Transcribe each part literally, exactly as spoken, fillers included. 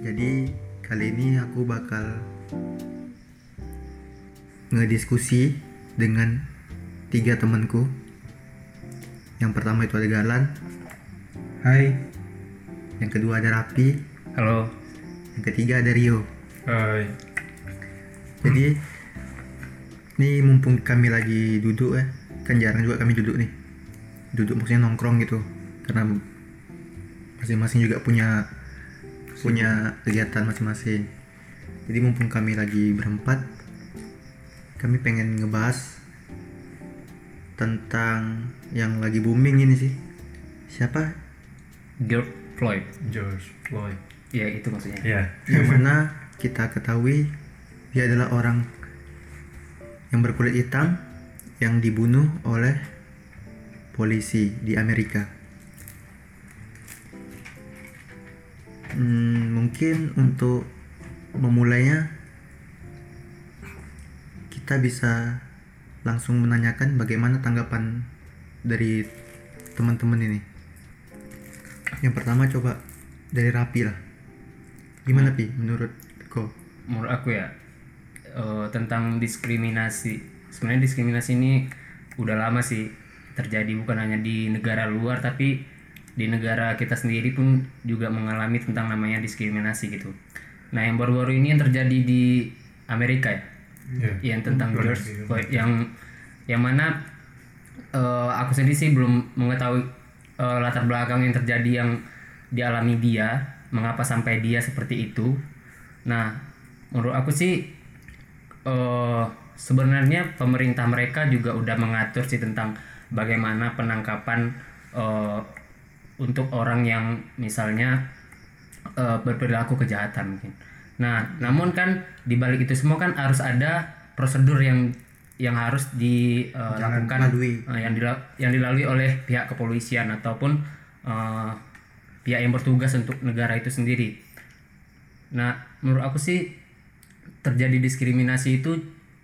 Jadi kali ini aku bakal ngediskusi dengan tiga temanku. Yang pertama itu ada Galan. Hai. Yang kedua ada Rapi. Halo. Yang ketiga ada Rio. Hai. Jadi ini mumpung kami lagi duduk ya, kan jarang juga kami duduk nih. Duduk maksudnya nongkrong gitu, karena masing-masing juga punya punya kegiatan masing-masing. Jadi mumpung kami lagi berempat, kami pengen ngebahas tentang yang lagi booming ini sih. Siapa? George Floyd. George Floyd. Ya itu maksudnya. Iya. Yang mana kita ketahui dia adalah orang yang berkulit hitam yang dibunuh oleh polisi di Amerika. Hmm, mungkin untuk memulainya kita bisa langsung menanyakan bagaimana tanggapan dari teman-teman ini. Yang pertama coba dari Rapi lah. Gimana Pi menurut kau? Menurut aku ya uh, tentang diskriminasi. Sebenarnya diskriminasi ini udah lama sih terjadi, bukan hanya di negara luar tapi di negara kita sendiri pun juga mengalami tentang namanya diskriminasi gitu. Nah yang baru-baru ini yang terjadi di Amerika ya, Yeah. yang tentang Hmm. George Floyd, yang yang mana uh, aku sendiri sih belum mengetahui uh, latar belakang yang terjadi yang dialami dia, mengapa sampai dia seperti itu. Nah menurut aku sih uh, sebenarnya pemerintah mereka juga udah mengatur sih tentang bagaimana penangkapan uh, untuk orang yang misalnya uh, berperilaku kejahatan mungkin. Nah, namun kan di balik itu semua kan harus ada prosedur yang yang harus dilakukan, uh, yang dila- yang dilalui oleh pihak kepolisian ataupun uh, pihak yang bertugas untuk negara itu sendiri. Nah, menurut aku sih terjadi diskriminasi itu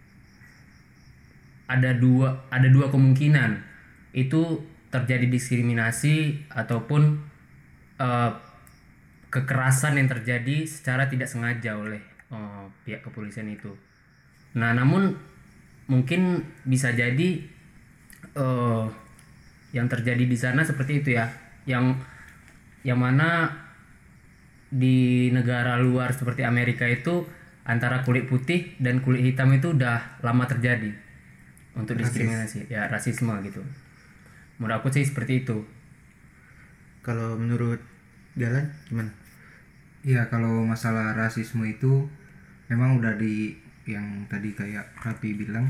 ada dua ada dua kemungkinan. Itu terjadi diskriminasi ataupun uh, kekerasan yang terjadi secara tidak sengaja oleh uh, pihak kepolisian itu. Nah, namun mungkin bisa jadi uh, yang terjadi di sana seperti itu ya, yang yang mana di negara luar seperti Amerika itu antara kulit putih dan kulit hitam itu udah lama terjadi untuk diskriminasi, Rasis. ya rasisme gitu. Menurut aku sih seperti itu. Kalau menurut Galan gimana? Iya, kalau masalah rasisme itu memang udah di yang tadi kayak Rapi bilang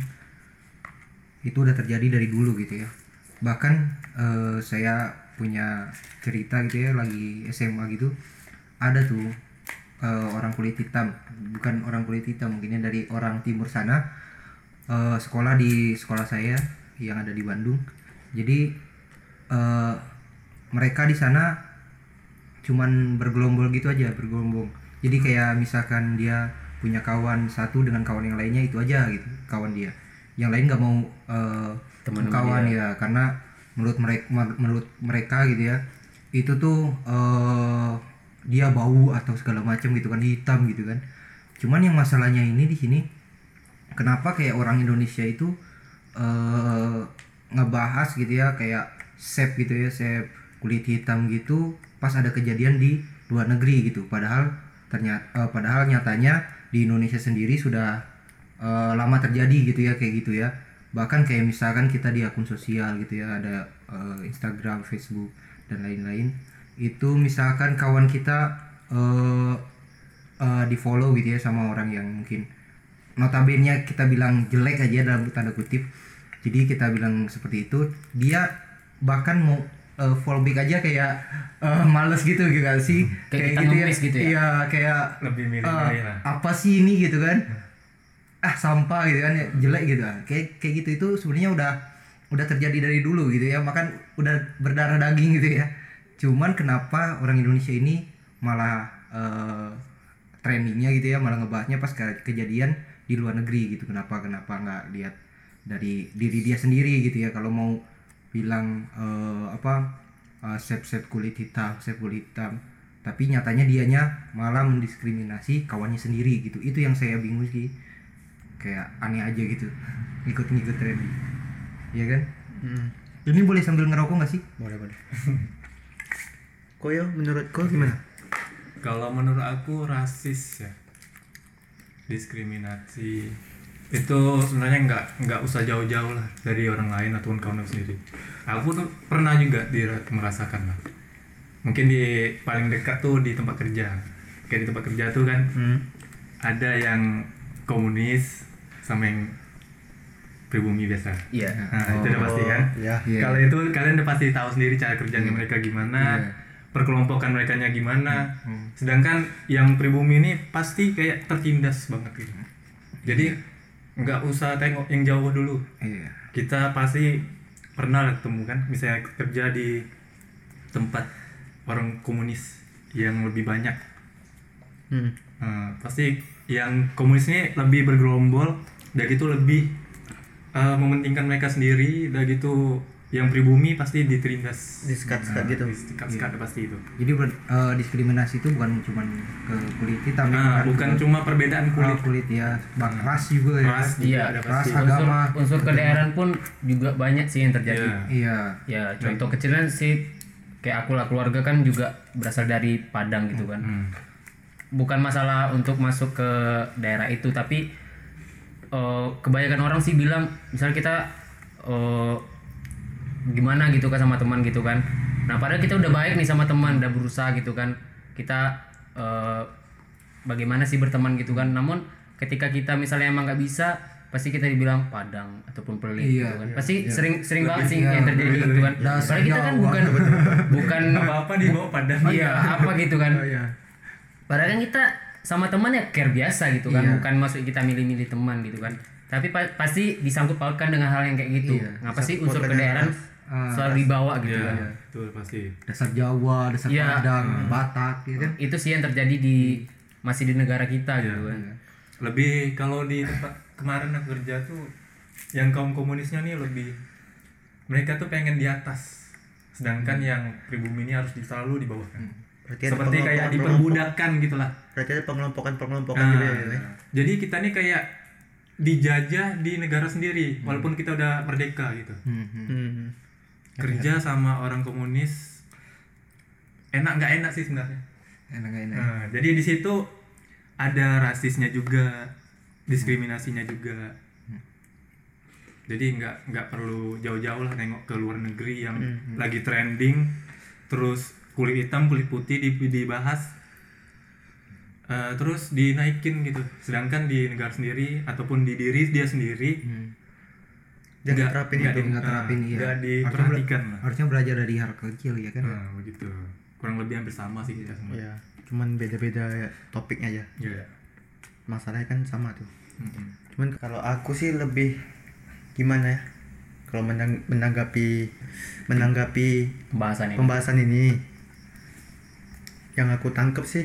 itu udah terjadi dari dulu gitu ya. Bahkan eh, saya punya cerita gitu ya, lagi S M A gitu ada tuh eh, orang kulit hitam, bukan orang kulit hitam mungkinnya dari orang timur sana, eh, sekolah di sekolah saya yang ada di Bandung. Jadi eh, mereka di sana cuman bergelombol gitu aja, bergelombol. Jadi kayak misalkan dia punya kawan satu dengan kawan yang lainnya itu aja gitu, kawan dia. Yang lain nggak mau uh, kawan ya, karena menurut mereka menurut mereka gitu ya, itu tuh uh, dia bau atau segala macam gitu kan, hitam gitu kan. Cuman yang masalahnya ini di sini, kenapa kayak orang Indonesia itu uh, ngebahas gitu ya, kayak sep gitu ya, sep kulit hitam gitu pas ada kejadian di luar negeri gitu, padahal ternyata uh, padahal nyatanya di Indonesia sendiri sudah uh, lama terjadi gitu ya, kayak gitu ya. Bahkan kayak misalkan kita di akun sosial gitu ya, ada uh, Instagram, Facebook dan lain-lain, itu misalkan kawan kita uh, uh, di follow gitu ya sama orang yang mungkin notabene kita bilang jelek aja dalam tanda kutip, jadi kita bilang seperti itu, dia bahkan mau Uh, follow back aja kayak uh, males gitu gitu kan sih, kayak, kayak gitu ya, gitu ya, iya kayak lebih milih-milih uh, lah. apa sih ini gitu kan, ah sampah gitu kan, jelek gitu kan, kayak kayak gitu. Itu sebenarnya udah udah terjadi dari dulu gitu ya, makan udah berdarah daging gitu ya. Cuman kenapa orang Indonesia ini malah uh, trendingnya gitu ya, malah ngebahasnya pas ke- kejadian di luar negeri gitu. Kenapa kenapa nggak lihat dari diri dia sendiri gitu ya, kalau mau bilang uh, apa uh, sep-sep kulit hitam, sep kulit hitam tapi nyatanya dianya malah mendiskriminasi kawannya sendiri gitu. Itu yang saya bingung sih, kayak aneh aja gitu ngikut-ngikut trendy, ya kan? Hmm. Ini boleh sambil ngerokok nggak sih? Boleh boleh. Koyo menurut kau gimana? Kalau menurut aku rasis ya, diskriminasi itu sebenarnya nggak nggak usah jauh-jauh lah dari orang lain ataupun kamu sendiri. Aku tuh pernah juga di, merasakan lah. Mungkin di paling dekat tuh di tempat kerja. Kayak di tempat kerja tuh kan Hmm. ada yang komunis sama yang pribumi biasa. Iya. Nah, itu udah pasti kan. Ya. Iya. Kalau itu kalian udah pasti tahu sendiri cara kerjanya Iya. mereka gimana, Iya. perkelompokan mereka gimana. Hmm. Sedangkan yang pribumi ini pasti kayak tertindas banget gitu. Jadi nggak usah tengok yang jauh dulu. Iya. Kita pasti pernah lah ketemu kan, misalnya kerja di tempat orang komunis yang lebih banyak. Hmm. Nah, pasti yang komunis ini lebih bergerombol, dan gitu lebih uh, mementingkan mereka sendiri, dan gitu yang pribumi pasti ditindas, Disekat-sekat gitu. disekat-sekat pasti itu. Jadi ber- eh, diskriminasi itu bukan cuma ke kulit hitam, Nah, ya, bukan juga- cuma perbedaan kulit kulit, kulit ya, bang ras juga ya. ras juga Iya, ada ras pasti. agama. Unsur, unsur kedaerahan pun juga banyak sih yang terjadi. Iya. Iya. Ya contoh kecilnya sih kayak aku lah, keluarga kan juga berasal dari Padang gitu kan. Hmm. Bukan masalah untuk masuk ke daerah itu, tapi eh, kebanyakan orang sih bilang misalnya kita eh, gimana gitu kan sama teman gitu kan. Nah padahal kita udah baik nih sama teman, udah berusaha gitu kan, kita eh, bagaimana sih berteman gitu kan. Namun ketika kita misalnya emang nggak bisa, pasti kita dibilang Padang ataupun pelit Iya, gitu kan. iya, Pasti iya. sering sering banget sih Iya, yang terjadi betul, gitu kan. dasar Padahal kita kan Jawa. bukan bukan Apa-apa di bawah Padang. iya apa gitu kan. Oh, iya. Padahal kan kita sama teman ya care biasa gitu kan, Iya. bukan maksud kita milih-milih teman gitu kan. Tapi pa- pasti disangkut pautkan dengan hal yang kayak gitu. Iya. Ngapa sih Disangkut unsur pautkan kedaerahan Ah, selalu dibawa gitu Iya, kan. betul pasti. Dasar Jawa, dasar Iya. Padang, Batak, ya kan? Itu sih yang terjadi di masih di negara kita Iya. gitu kan. Lebih kalau di tempat kemarin aku kerja tuh yang kaum komunisnya nih lebih, mereka tuh pengen di atas, sedangkan yang pribumi ini harus di- selalu di bawah kan. Berarti ada Seperti kayak pengelompokan- diperbudakan gitulah. Berarti ada pengelompokan-pengelompokan Nah, gitu ya. ya. jadi kita nih kayak dijajah di negara sendiri walaupun kita udah merdeka gitu. Hmm, hmm. Hmm. Kerja sama orang komunis enak nggak enak sih sebenarnya. Enak enak. Nah, jadi di situ ada rasisnya juga, diskriminasinya juga. Jadi nggak nggak perlu jauh-jauh lah nengok ke luar negeri yang lagi trending, terus kulit hitam kulit putih di- dibahas, eh, terus dinaikin gitu. Sedangkan di negara sendiri ataupun di diri dia sendiri Hmm. Dia nggak terapin nggak itu. di- Nggak terapin, ah, iya. nggak Harusnya diperhatikan lah. Harusnya belajar dari hal kecil ya kan? Nah, begitu. Kurang lebih hampir sama sih kita semua. Ya, cuman beda-beda ya, topiknya aja. Iya. Masalahnya kan sama tuh. Mm-mm. Cuman kalau aku sih lebih gimana ya? Kalau menang- menanggapi menanggapi Pembahasan ini. pembahasan ini, yang aku tangkep sih,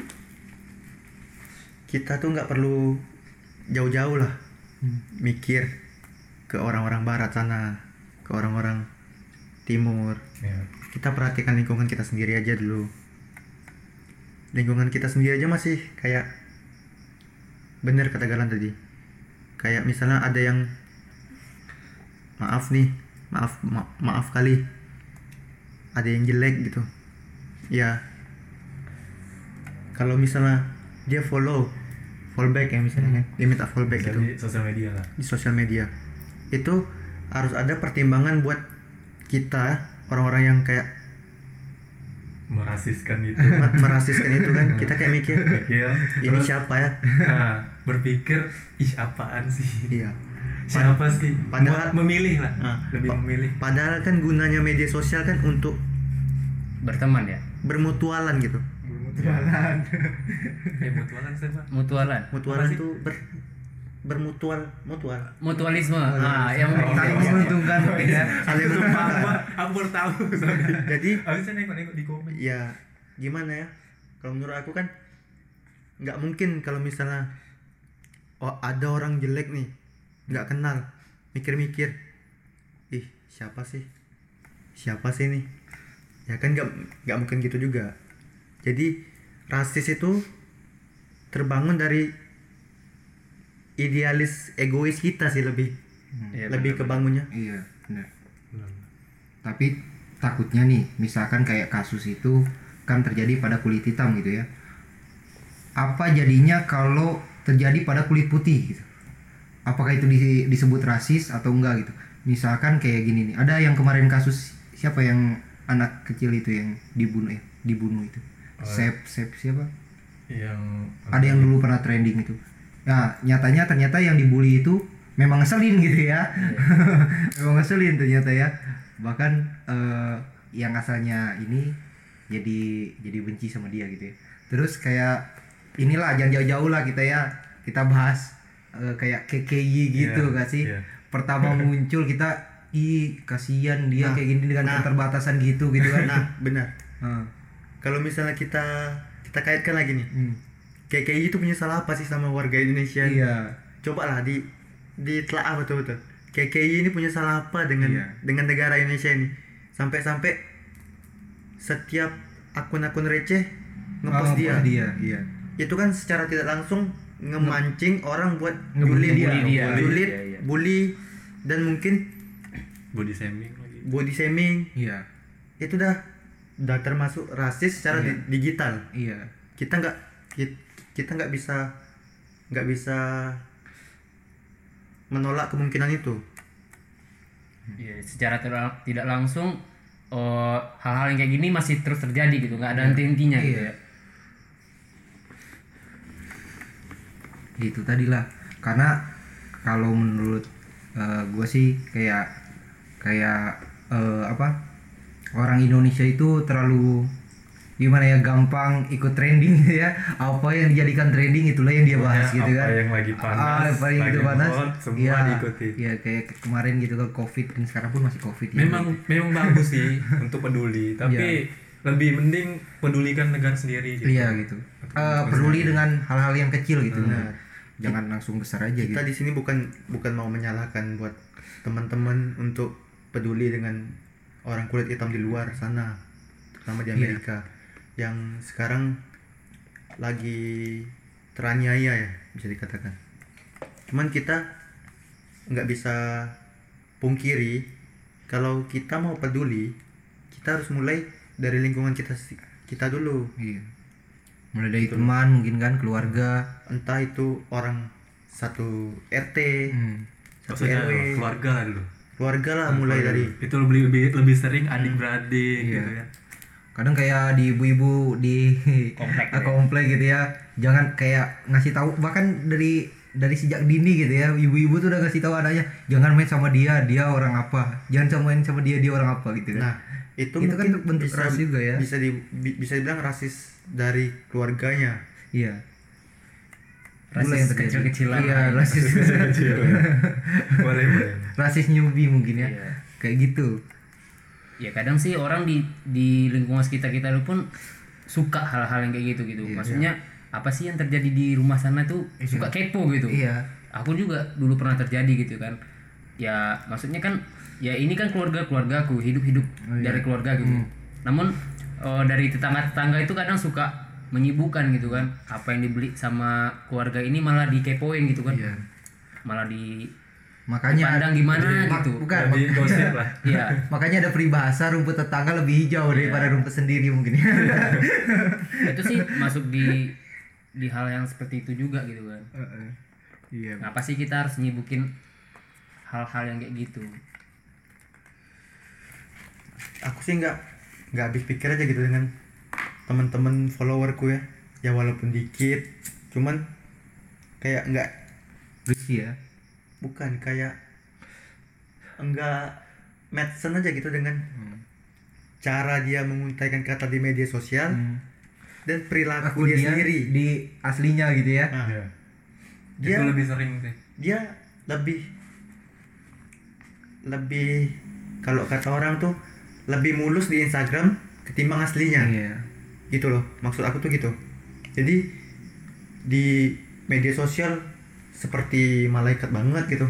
kita tuh nggak perlu jauh-jauh lah mikir ke orang-orang barat sana, ke orang-orang timur. Iya. Kita perhatikan lingkungan kita sendiri aja dulu. Lingkungan kita sendiri aja masih kayak, bener kata Galan tadi, kayak misalnya ada yang maaf nih maaf ma- maaf kali ada yang jelek gitu ya, kalau misalnya dia follow follow back ya misalnya kan, dia minta follow back Bisa gitu di sosial media lah. di sosial media, itu harus ada pertimbangan buat kita orang-orang yang kayak Merasiskan itu. mer- merasiskan itu kan, kita kayak mikir Iya. ini Terus, siapa ya. nah, berpikir ih apaan sih? Iya. Siapa sih? Padahal- Buat memilih lah. Ah, Lebih pa- memilih. Padahal kan gunanya media sosial kan untuk Berteman ya. bermutualan gitu. Mutualan. Eh mutualan saya Pak. Mutualan. Mutualan Apa sih? tuh ber bermutual mutual. Mutualisme. Ah, yang Saling menguntungkan ya. Saling Sumpah, Pak. Aku baru tahu. Sorry. Jadi Habis saya nengok-nengok di komen. ya gimana ya? Kalau menurut aku kan nggak mungkin kalau misalnya oh ada orang jelek nih, nggak kenal, mikir-mikir, ih siapa sih? Siapa sih nih? Ya kan nggak nggak mungkin gitu juga. Jadi rasis itu terbangun dari idealis egois kita sih lebih Iya, lebih kebangunnya. Iya, benar. Tapi takutnya nih, misalkan kayak kasus itu kan terjadi pada kulit hitam gitu ya. Apa jadinya kalau terjadi pada kulit putih gitu? Apakah itu di- disebut rasis atau enggak gitu? Misalkan kayak gini nih, ada yang kemarin kasus siapa yang anak kecil itu yang dibunuh ya, dibunuh itu. Sep, Sep siapa? Yang Ada yang dulu pernah trending itu. Nah, nyatanya ternyata yang dibully itu memang ngeselin gitu ya. Memang ngeselin ternyata ya. Bahkan eh, yang asalnya ini jadi jadi benci sama dia gitu ya. Terus kayak inilah jangan jauh-jauh lah kita ya. Kita bahas eh, kayak K K Y gitu Iya, gak sih? iya. Pertama muncul kita ih kasihan dia Nah, kayak gini dengan nah. keterbatasan gitu gitu kan. Nah, benar. Heeh. Kalau misalnya kita kita kaitkan lagi nih, Hmm. K K I itu punya salah apa sih sama warga Indonesia? Iya. Coba lah di ditelaah betul-betul. K K I ini punya salah apa dengan Iya. dengan negara Indonesia ini? Sampai-sampai setiap akun-akun receh ngepost Oh, dia. ngepost dia. Iya. Itu kan secara tidak langsung ngemancing orang buat Ngebully julid, dia. Bully dia. julid, Iya, iya. bully, dan mungkin body shaming lagi. body shaming. Iya. Itu dah udah termasuk rasis secara Iya. di- digital. Iya. Kita nggak ki- kita nggak bisa nggak bisa menolak kemungkinan itu. Iya, secara tidak tidak langsung eh, hal-hal yang kayak gini masih terus terjadi gitu, nggak ada henti-hentinya gitu Iya. ya. Itu tadi lah, karena kalau menurut gue sih kayak kayak eh, apa orang Indonesia itu terlalu gimana ya, gampang ikut trending gitu ya. Apa yang dijadikan trending itulah yang dia bahas Pokoknya gitu apa kan. yang lagi panas, Ah, apa yang lagi itu panas hot, semua ya, diikuti. ya kayak ke- kemarin gitu kan Covid, dan sekarang pun masih Covid ya. Memang memang bagus sih untuk peduli, tapi lebih mending pedulikan negara sendiri gitu. Iya gitu. Eh, peduli dengan hal-hal yang kecil gitu. Jangan langsung besar aja gitu. Kita di sini bukan bukan mau menyalahkan buat teman-teman untuk peduli dengan orang kulit hitam di luar sana, terutama di Iya. Amerika yang sekarang lagi teraniaya ya, bisa dikatakan. Cuman kita nggak bisa pungkiri kalau kita mau peduli, kita harus mulai dari lingkungan kita si- kita dulu. Iya. Mulai dari teman mungkin kan, keluarga. Entah itu orang satu R T, Hmm. satu Maksudnya R W, keluarga lah dulu. keluarga lah mulai dari Itu lebih lebih lebih sering adik-beradik Iya. gitu ya. Kadang kayak di ibu-ibu di Komplek ah, gitu ya. komplek gitu ya. Jangan kayak ngasih tahu, bahkan dari dari sejak dini gitu ya. Ibu-ibu tuh udah ngasih tahu anaknya, jangan main sama dia, dia orang apa. Jangan sama main sama dia, dia orang apa gitu kan. Nah, itu, Itu kan mungkin bentuk bisa, ras juga ya. Bisa di, bi- bisa dibilang rasis dari keluarganya. Iya. Rasis Itulah yang terjadi. kecil-kecilan. Iya, rasis Boleh boleh. rasis newbie mungkin ya. Iya. Kayak gitu. Ya kadang sih orang di di lingkungan sekitar kita itu pun suka hal-hal yang kayak gitu gitu. Iya. Maksudnya apa sih yang terjadi di rumah sana tuh suka kepo gitu. Iya. Aku juga dulu pernah terjadi gitu kan. Ya maksudnya kan ya ini kan keluarga keluargaku, hidup-hidup Oh, iya. dari keluarga gitu. Namun eh, dari tetangga-tetangga itu kadang suka menyibukkan gitu kan. Apa yang dibeli sama keluarga ini malah dikepoin gitu kan. Iya. Malah di Makanya pandang gimana Mak- gitu. bukan, Jadi gosip lah. Iya. makanya ada peribahasa rumput tetangga lebih hijau Iya. daripada rumput sendiri mungkin ya. Itu sih masuk di di hal yang seperti itu juga gitu kan. Iya. Kenapa sih kita harus nyibukin hal-hal yang kayak gitu? Aku sih nggak nggak habis pikir aja gitu dengan teman-teman followerku ya. Ya walaupun dikit, cuman kayak nggak Bersih ya. bukan kayak enggak medsen aja gitu dengan cara dia mengutarakan kata di media sosial dan perilaku Aku dia, dia sendiri. di aslinya gitu ya. Nah, Iya. dia Itu lebih sering sih. dia lebih lebih kalau kata orang tuh lebih mulus di Instagram ketimbang aslinya. Iya. Gitu loh, maksud aku tuh gitu. Jadi di media sosial seperti malaikat banget gitu.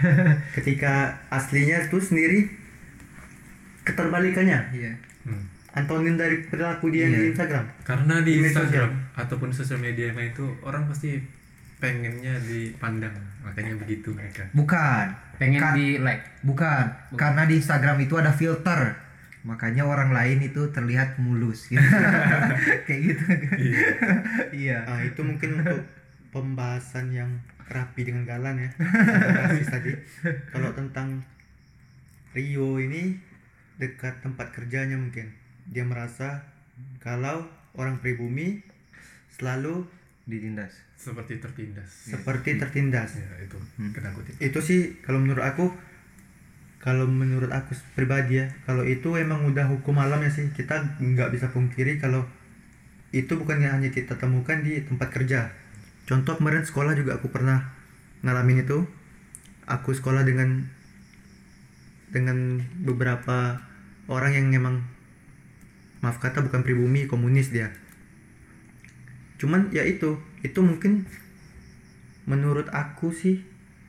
Ketika aslinya tuh sendiri keterbalikannya. Iya. Hmm. antaunin dari perilaku dia Iya. di Instagram. Karena di Di media Instagram ataupun sosial media yang lain itu orang pasti pengennya dipandang, makanya begitu mereka. Bukan. pengen Ka- di like. Bukan. Karena di Instagram itu ada filter. Makanya orang lain itu terlihat mulus gitu. Kayak gitu. Iya. Ah, itu mungkin untuk pembahasan yang rapi dengan Galan ya. Rasis tadi. Kalau tentang Rio ini dekat tempat kerjanya mungkin dia merasa kalau orang pribumi selalu Ditindas. Seperti tertindas. seperti tertindas. Ya, itu kena kutip. Itu sih kalau menurut aku, kalau menurut aku pribadi ya, kalau itu emang udah hukum alam ya sih. Kita nggak bisa pungkiri kalau itu bukan yang hanya kita temukan di tempat kerja. Contoh kemarin sekolah juga aku pernah ngalamin itu. Aku sekolah dengan dengan beberapa orang yang memang, maaf kata, bukan pribumi, komunis dia. Cuman ya itu, itu mungkin menurut aku sih,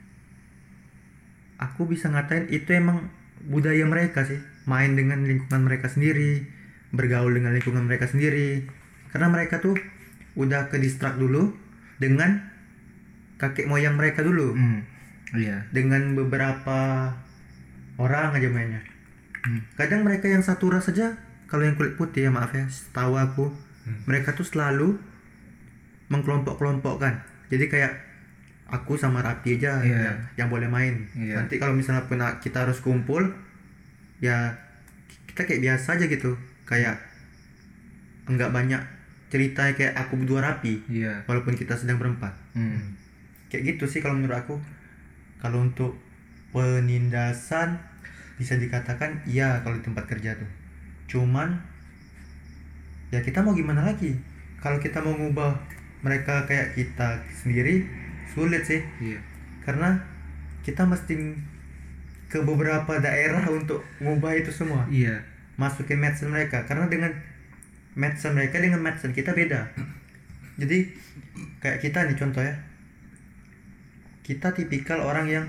aku bisa ngatain itu emang budaya mereka sih, main dengan lingkungan mereka sendiri, bergaul dengan lingkungan mereka sendiri, karena mereka tuh udah ke distract dulu dengan kakek moyang mereka dulu, Hmm. Iya. dengan beberapa orang aja mainnya. Hmm. Kadang mereka yang satu ras saja, kalau yang kulit putih ya maaf ya, setahu aku mereka tuh selalu mengkelompok-kelompokkan. Jadi kayak aku sama Rapi aja Iya. yang, yang boleh main. Iya. Nanti kalau misalnya pun kita harus kumpul, ya kita kayak biasa aja gitu. Kayak enggak banyak cerita kayak aku berdua Rapi, Iya. walaupun kita sedang berempat. Hmm. Kayak gitu sih kalau menurut aku. Kalau untuk penindasan bisa dikatakan iya kalau di tempat kerja tuh. Cuman ya kita mau gimana lagi? Kalau kita mau ngubah mereka kayak kita sendiri, sulit sih. Iya. Karena kita mesti ke beberapa daerah untuk ngubah itu semua. Iya. Masukin medicine mereka, karena dengan medicine mereka dengan medicine kita beda. Jadi kayak kita nih contoh ya, kita tipikal orang yang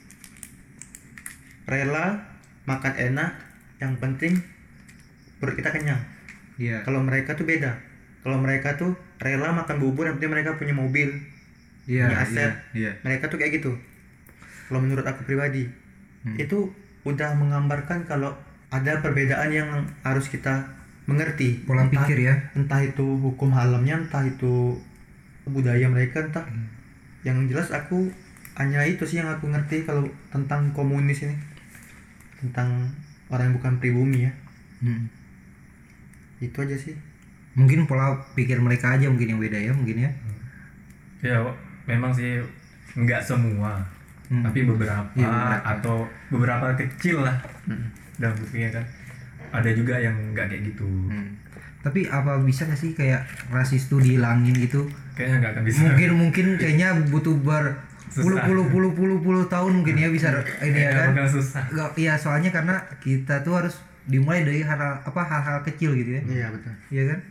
rela makan enak, yang penting perut kita kenyang. Iya. Kalau mereka tuh beda. Kalau mereka tuh rela makan bubur yang penting mereka punya mobil, Iya. punya aset. Iya. Mereka tuh kayak gitu. Kalau menurut aku pribadi, Hmm. itu udah menggambarkan kalau ada perbedaan yang harus kita mengerti. Pola Entah- pikir ya. Entah itu hukum alamnya, entah itu budaya mereka, entah. Yang jelas aku hanya itu sih yang aku ngerti kalau tentang komunis ini, tentang orang yang bukan pribumi ya. Hmm. Itu aja sih. Mungkin pola pikir mereka aja mungkin yang beda ya mungkin ya. Ya memang sih nggak semua, Hmm. tapi beberapa, Iya, beberapa. atau beberapa kecil lah Mm. dalam buktinya kan. Ada juga yang nggak kayak gitu. Hmm. Tapi apa bisa nggak sih kayak rasis tuh dihilangin gitu? Kayaknya nggak akan bisa. Mungkin mungkin kayaknya butuh ber puluh Susah. puluh puluh puluh puluh tahun mungkin ya bisa ini ya Kayaknya kan? bakal susah. Nggak, iya soalnya karena kita tuh harus dimulai dari hal apa hal-hal kecil gitu ya. Iya betul. Iya kan?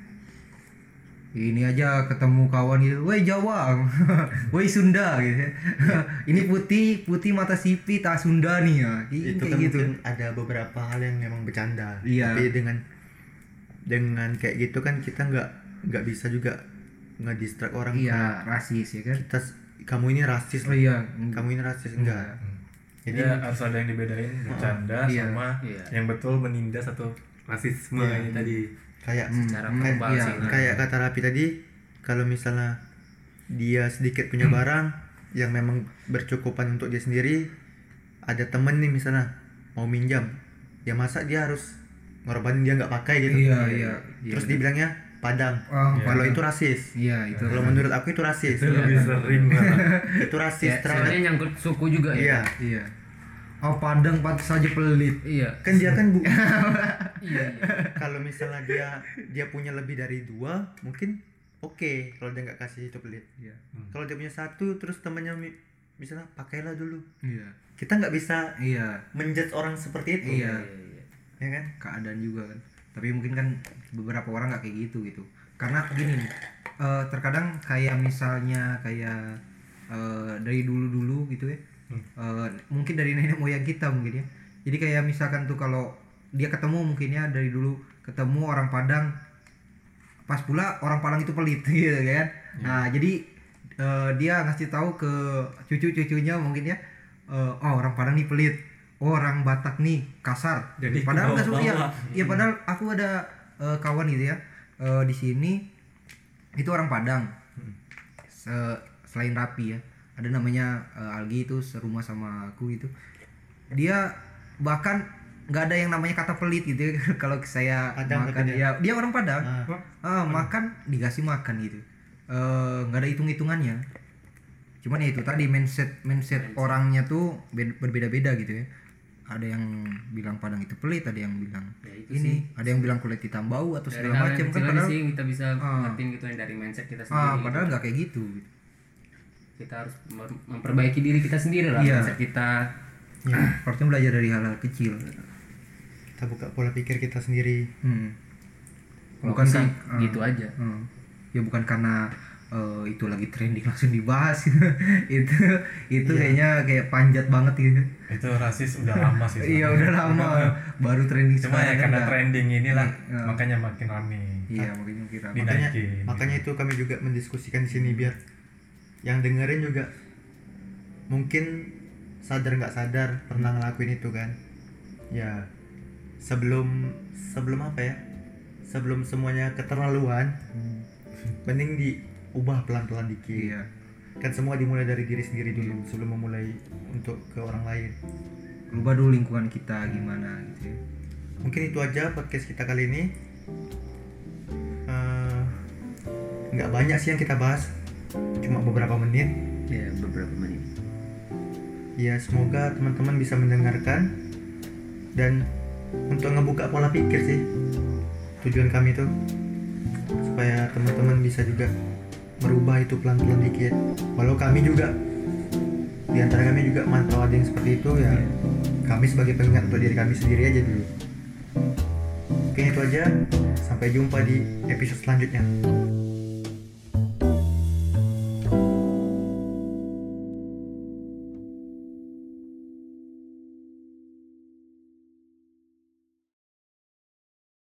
Ini aja ketemu kawan gitu, woi Jawa, woi Sunda gitu ya. Ini putih, putih mata sipit, ah Sunda nih ya. Itu Kayak kan gitu. mungkin ada beberapa hal yang memang bercanda. Iya. Tapi dengan dengan kayak gitu kan kita nggak nggak bisa juga ngedistract orang. Iya, rasis ya kan? Kita kamu ini rasis. Oh iya. Kamu ini rasis enggak. Jadi Jadi harus ada yang dibedain bercanda Iya. sama Iya. yang betul menindas atau rasisme Iya. ini tadi. kayak Secara Hmm, verbal iya. sih. kayak kata Rapi tadi, kalau misalnya dia sedikit punya barang yang memang bercukupan untuk dia sendiri, ada temen nih misalnya mau minjam, ya masa dia harus ngorbanin dia nggak pakai gitu. Iya, iya. Terus dibilangnya Padang. Oh, Kalau Padang. itu rasis. Iya, itu. Kalau menurut aku itu rasis. Itu lebih sering malah. Itu rasis Ya, terhadap. soalnya nyangkut suku juga ya. Iya. Iya. Oh, Padang pantas saja pelit. Iya. Kan dia kan bu. Iya. iya. Kalau misalnya dia dia punya lebih dari dua, mungkin oke kalau dia nggak kasih itu pelit. Iya. Kalau dia punya satu, terus temannya mi- misalnya pakailah dulu. Iya. Kita nggak bisa Iya. menjudge orang seperti itu. Iya. Ya kan? Keadaan juga kan. Tapi mungkin kan beberapa orang nggak kayak gitu gitu. Karena gini nih, eh, terkadang kayak misalnya kayak eh, dari dulu-dulu gitu ya. Eh, mungkin dari nenek moyang kita mungkin ya. Jadi kayak misalkan tuh kalau dia ketemu mungkin ya dari dulu ketemu orang Padang, pas pula orang Padang itu pelit gitu kan. Nah jadi eh, dia ngasih tahu ke cucu-cucunya mungkin ya, eh, oh orang Padang nih pelit, oh, orang Batak nih kasar. Jadi Padahal nggak semua ya, kebawa-bawa. ya padahal aku ada eh, kawan gitu ya eh, di sini itu orang Padang. Se- selain Rapi ya, ada namanya eh, Algi itu serumah sama aku itu. Dia bahkan nggak ada yang namanya kata pelit gitu ya. Kalau saya Padang makan tapi ya, dia orang Padang. Ah. Ah, makan dikasih makan gitu. Eh, nggak ada hitung-hitungannya. Cuman ya itu tadi mindset mindset orangnya tuh be- berbeda-beda gitu ya. Ada yang bilang Padang itu pelit, ada yang bilang Ya, itu ini, ada yang bilang kulit hitam bau atau Dari segala hal yang macam kan, kecil aja padahal sih yang kita bisa Ah. ngertiin gitu yang dari mindset kita ah, sendiri. padahal gitu. nggak kayak gitu. gitu. Kita harus mem- memperbaiki diri kita sendiri lah, Iya. mindset kita. Ya, Harusnya belajar dari hal-hal kecil. kita buka pola pikir kita sendiri. Hmm. Kalau Bukan aku sih kan, gitu aja. Hmm. Ya bukan karena eh, itu lagi trending langsung dibahas. itu itu kayaknya kayak panjat banget gitu. Itu rasis udah lama sih. Iya udah lama baru trending Cuma ya sekarang karena kan. trending inilah Iya. makanya makin rame. Iya mungkin kira. Di- Makanya, Dinaikin. makanya itu kami juga mendiskusikan di sini biar yang dengerin juga mungkin sadar nggak sadar pernah ngelakuin itu kan. Ya sebelum sebelum apa ya? Sebelum semuanya keterlaluan, mending diubah pelan-pelan dikit. Iya. Kan semua dimulai dari diri sendiri dulu sebelum memulai untuk ke orang lain. Rubah dulu lingkungan kita gimana gitu ya. Mungkin itu aja podcast kita kali ini. Eh, nggak banyak sih yang kita bahas, cuma beberapa menit. Ya beberapa menit. Ya semoga teman-teman bisa mendengarkan dan untuk ngebuka pola pikir sih tujuan kami tuh supaya teman-teman bisa juga merubah itu pelan-pelan dikit. Walau kami juga di antara kami juga mantau ada yang seperti itu ya. Kami sebagai pengingat untuk diri kami sendiri aja dulu. Mungkin itu aja. Sampai jumpa di episode selanjutnya.